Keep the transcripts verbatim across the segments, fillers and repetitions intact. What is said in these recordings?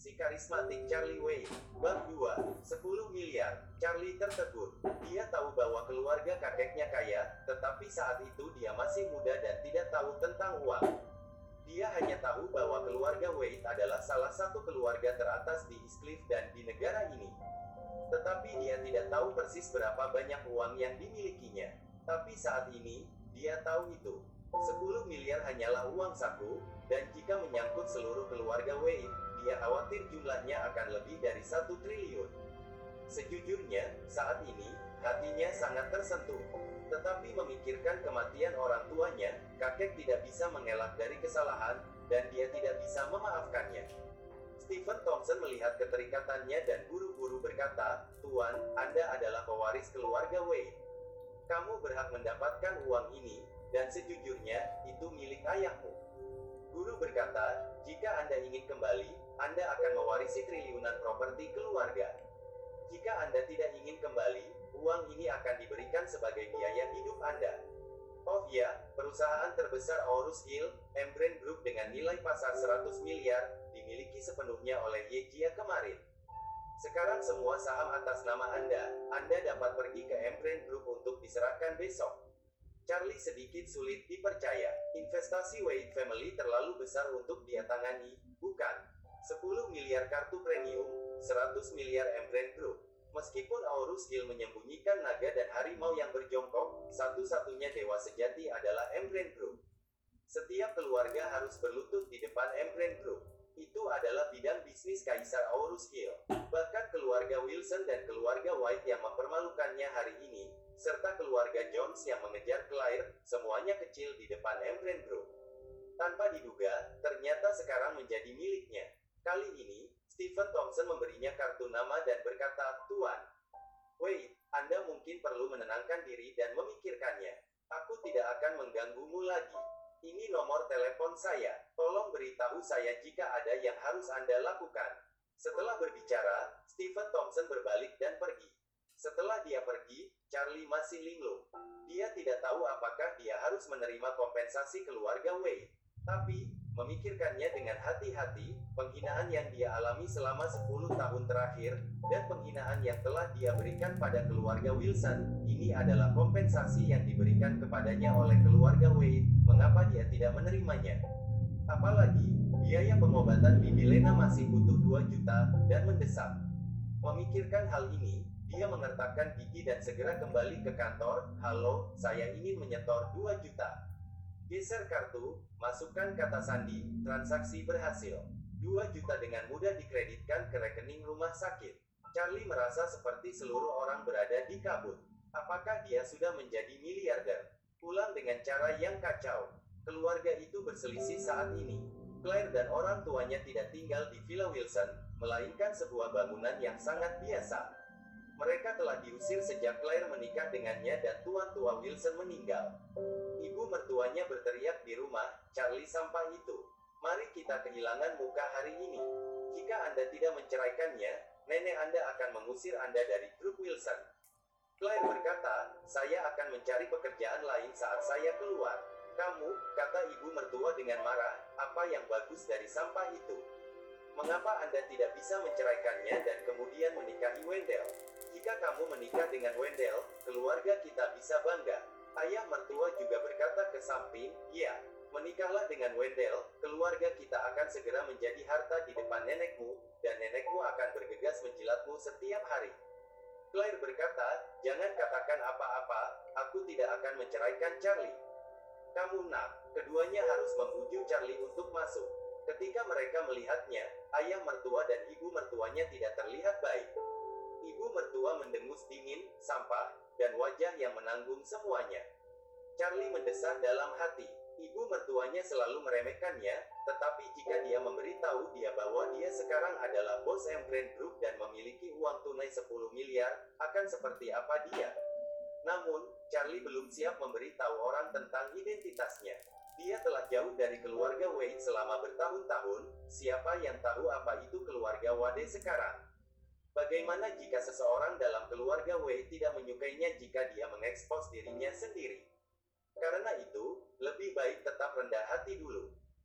Si karismatik Charlie Wade. Bab dua, sepuluh miliar. Charlie tertegun. Dia tahu bahwa keluarga kakeknya kaya, tetapi saat itu dia masih muda dan tidak tahu tentang uang. Dia hanya tahu bahwa keluarga Wade adalah salah satu keluarga teratas di Eastcliff dan di negara ini. Tetapi dia tidak tahu persis berapa banyak uang yang dimilikinya. Tapi saat ini, dia tahu itu. sepuluh miliar hanyalah uang saku, dan jika menyangkut seluruh keluarga Wade, dia khawatir jumlahnya akan lebih dari satu triliun. Sejujurnya, saat ini, hatinya sangat tersentuh. Tetapi memikirkan kematian orang tuanya, kakek tidak bisa mengelak dari kesalahan, dan dia tidak bisa memaafkannya. Stephen Thompson melihat keterikatannya dan buru-buru berkata, "Tuan, Anda adalah pewaris keluarga Wade. Kamu berhak mendapatkan uang ini, dan sejujurnya, itu milik ayahmu." Guru berkata, "Jika Anda ingin kembali, Anda akan mewarisi triliunan properti keluarga. Jika Anda tidak ingin kembali, uang ini akan diberikan sebagai biaya hidup Anda." Oh ya, perusahaan terbesar Aurus Hill, Embren Group dengan nilai pasar seratus miliar, dimiliki sepenuhnya oleh Yejia kemarin. Sekarang semua saham atas nama Anda, Anda dapat pergi ke Embren Group untuk diserahkan besok. Charlie sedikit sulit dipercaya. Investasi Wade Family terlalu besar untuk dia tangani, bukan? sepuluh miliar kartu premium, seratus miliar Embren Group. Meskipun Aurus Hill menyembunyikan naga dan harimau yang berjongkok, satu-satunya dewa sejati adalah Embren Group. Setiap keluarga harus berlutut di depan Embren Group. Itu adalah bidang bisnis Kaisar Aurus Hill. Bahkan keluarga Wilson dan keluarga White yang mempermalukannya hari ini, serta keluarga Jones yang mengejar Claire, semuanya kecil di depan Embren Group. Tanpa diduga, ternyata sekarang menjadi miliknya. Kali ini, Stephen Thompson memberinya kartu nama dan berkata, "Tuan Wade, Anda mungkin perlu menenangkan diri dan memikirkannya. Aku tidak akan mengganggumu lagi. Ini nomor telepon saya. Tolong beritahu saya jika ada yang harus Anda lakukan." Setelah berbicara, Stephen Thompson berbalik dan pergi. Setelah dia pergi, Charlie masih linglung. Dia tidak tahu apakah dia harus menerima kompensasi keluarga Wade. Tapi, memikirkannya dengan hati-hati, penghinaan yang dia alami selama sepuluh tahun terakhir, dan penghinaan yang telah dia berikan pada keluarga Wilson, ini adalah kompensasi yang diberikan kepadanya oleh keluarga Wade. Mengapa dia tidak menerimanya? Apalagi, biaya pengobatan Bibi Lena masih butuh dua juta, dan mendesak. Memikirkan hal ini, dia mengertakkan gigi dan segera kembali ke kantor. "Halo, saya ingin menyetor dua juta. Geser kartu, masukkan kata sandi, transaksi berhasil. dua juta dengan mudah dikreditkan ke rekening rumah sakit." Charlie merasa seperti seluruh orang berada di kabut. Apakah dia sudah menjadi miliarder? Pulang dengan cara yang kacau. Keluarga itu berselisih saat ini. Claire dan orang tuanya tidak tinggal di Villa Wilson, melainkan sebuah bangunan yang sangat biasa. Mereka telah diusir sejak Claire menikah dengannya dan tuan tua Wilson meninggal. Ibu mertuanya berteriak di rumah, "Charlie sampah itu. Mari kita kehilangan muka hari ini. Jika Anda tidak menceraikannya, nenek Anda akan mengusir Anda dari grup Wilson." Claire berkata, "Saya akan mencari pekerjaan lain saat saya keluar." "Kamu," kata ibu mertua dengan marah, "apa yang bagus dari sampah itu? Mengapa Anda tidak bisa menceraikannya dan kemudian menikahi Wendell? Jika kamu menikah dengan Wendell, keluarga kita bisa bangga." Ayah mertua juga berkata ke samping, "Ya, menikahlah dengan Wendell, keluarga kita akan segera menjadi harta di depan nenekmu, dan nenekmu akan bergegas menjilatmu setiap hari." Claire berkata, "Jangan katakan apa-apa, aku tidak akan menceraikan Charlie." "Kamu nak." Keduanya harus membujuk Charlie untuk masuk. Ketika mereka melihatnya, ayah mertua dan ibu mertuanya tidak terlihat baik. Ibu mertua mendengus dingin, sampah, dan wajah yang menanggung semuanya. Charlie mendesah dalam hati. Ibu mertuanya selalu meremehkannya, tetapi jika dia memberitahu dia bahwa dia sekarang adalah bos Embren Group dan memiliki uang tunai sepuluh miliar, akan seperti apa dia? Namun, Charlie belum siap memberitahu orang tentang identitasnya. Dia telah jauh dari keluarga Wade selama bertahun-tahun. Siapa yang tahu apa itu keluarga Wade sekarang? Bagaimana jika seseorang dalam keluarga Wade tidak menyukainya jika dia mengekspos dirinya sendiri? Karena itu, lebih baik tetap rendah hati dulu.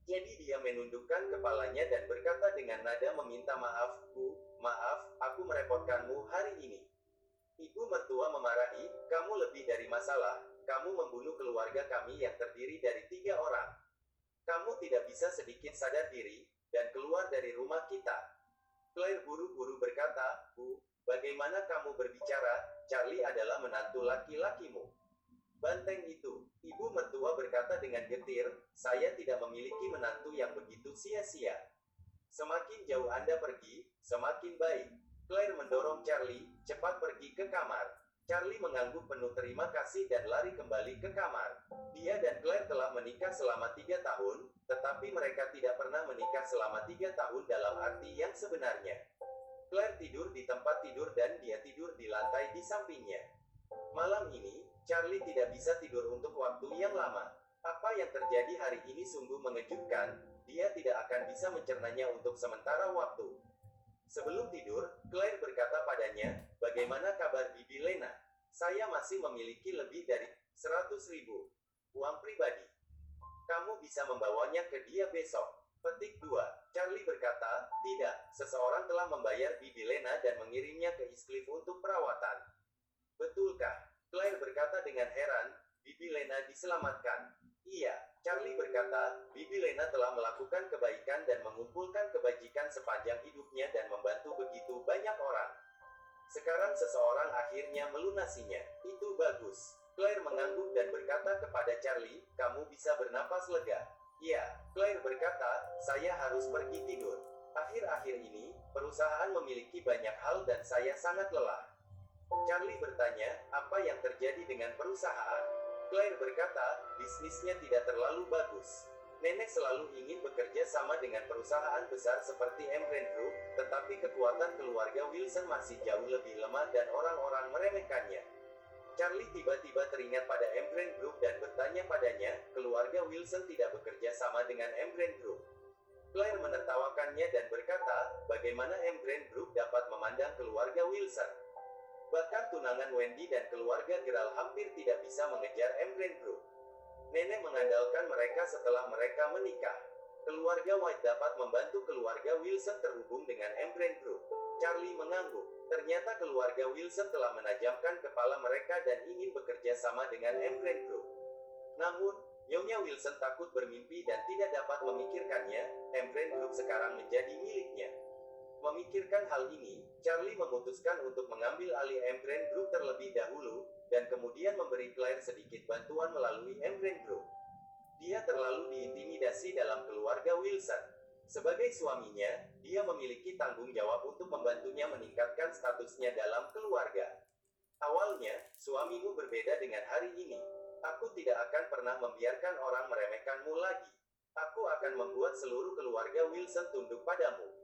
Jadi dia menundukkan kepalanya dan berkata dengan nada meminta maaf, Bu, maaf, aku merepotkanmu hari ini. Ibu mertua memarahi, kamu lebih dari masalah, kamu membunuh keluarga kami yang terdiri dari tiga orang. Kamu tidak bisa sedikit sadar diri, dan keluar dari rumah kita. Claire buru-buru berkata, Bu, bagaimana kamu berbicara, Charlie adalah menantu laki-lakimu. Banteng itu, ibu mertua berkata dengan getir, saya tidak memiliki menantu yang begitu sia-sia. Semakin jauh Anda pergi, semakin baik. Claire mendorong Charlie, cepat pergi ke kamar. Charlie mengangguk penuh terima kasih dan lari kembali ke kamar. Dia dan Claire telah menikah selama tiga tahun, tetapi mereka tidak pernah menikah selama tiga tahun dalam arti yang sebenarnya. Claire tidur di tempat tidur dan dia tidur di lantai di sampingnya. Malam ini, Charlie tidak bisa tidur untuk waktu yang lama. Apa yang terjadi hari ini sungguh mengejutkan, dia tidak akan bisa mencernanya untuk sementara waktu. Sebelum tidur, Claire berkata padanya, bagaimana kabar Bibi Lena? Saya masih memiliki lebih dari seratus ribu uang pribadi. Kamu bisa membawanya ke dia besok. Petik dua. Charlie berkata, tidak, seseorang telah membayar Bibi Lena dan mengirimnya ke Eastcliff untuk perawatan. Betulkah? Claire berkata dengan heran, Bibi Lena diselamatkan. Iya, Charlie berkata, Bibi Lena telah melakukan kebaikan dan mengumpulkan kebajikan sepanjang hidupnya dan membantu begitu banyak orang. Sekarang seseorang akhirnya melunasinya. Itu bagus. Claire mengangguk dan berkata kepada Charlie, kamu bisa bernapas lega. Iya, Claire berkata, saya harus pergi tidur. Akhir-akhir ini, perusahaan memiliki banyak hal dan saya sangat lelah. Charlie bertanya, apa yang terjadi dengan perusahaan? Claire berkata, bisnisnya tidak terlalu bagus. Nenek selalu ingin bekerja sama dengan perusahaan besar seperti Embrain Group, tetapi kekuatan keluarga Wilson masih jauh lebih lemah dan orang-orang meremehkannya. Charlie tiba-tiba teringat pada Embrain Group dan bertanya padanya, keluarga Wilson tidak bekerja sama dengan Embrain Group. Claire menertawakannya dan berkata, bagaimana Embrain Group dapat memandang keluarga Wilson? Bahkan tunangan Wendy dan keluarga Gerald hampir tidak bisa mengejar Embrain Group. Nenek mengandalkan mereka setelah mereka menikah. Keluarga White dapat membantu keluarga Wilson terhubung dengan Embrain Group. Charlie mengangguk. Ternyata keluarga Wilson telah menajamkan kepala mereka dan ingin bekerja sama dengan Embrain Group. Namun, Nyonya Wilson takut bermimpi dan tidak dapat memikirkannya. Embrain Group sekarang menjadi miliknya. Memikirkan hal ini, Charlie memutuskan untuk mengambil alih Embrain Group terlebih dahulu, dan kemudian memberi Claire sedikit bantuan melalui Embrain Group. Dia terlalu diintimidasi dalam keluarga Wilson. Sebagai suaminya, dia memiliki tanggung jawab untuk membantunya meningkatkan statusnya dalam keluarga. Awalnya, suamimu berbeda dengan hari ini. Aku tidak akan pernah membiarkan orang meremehkanmu lagi. Aku akan membuat seluruh keluarga Wilson tunduk padamu.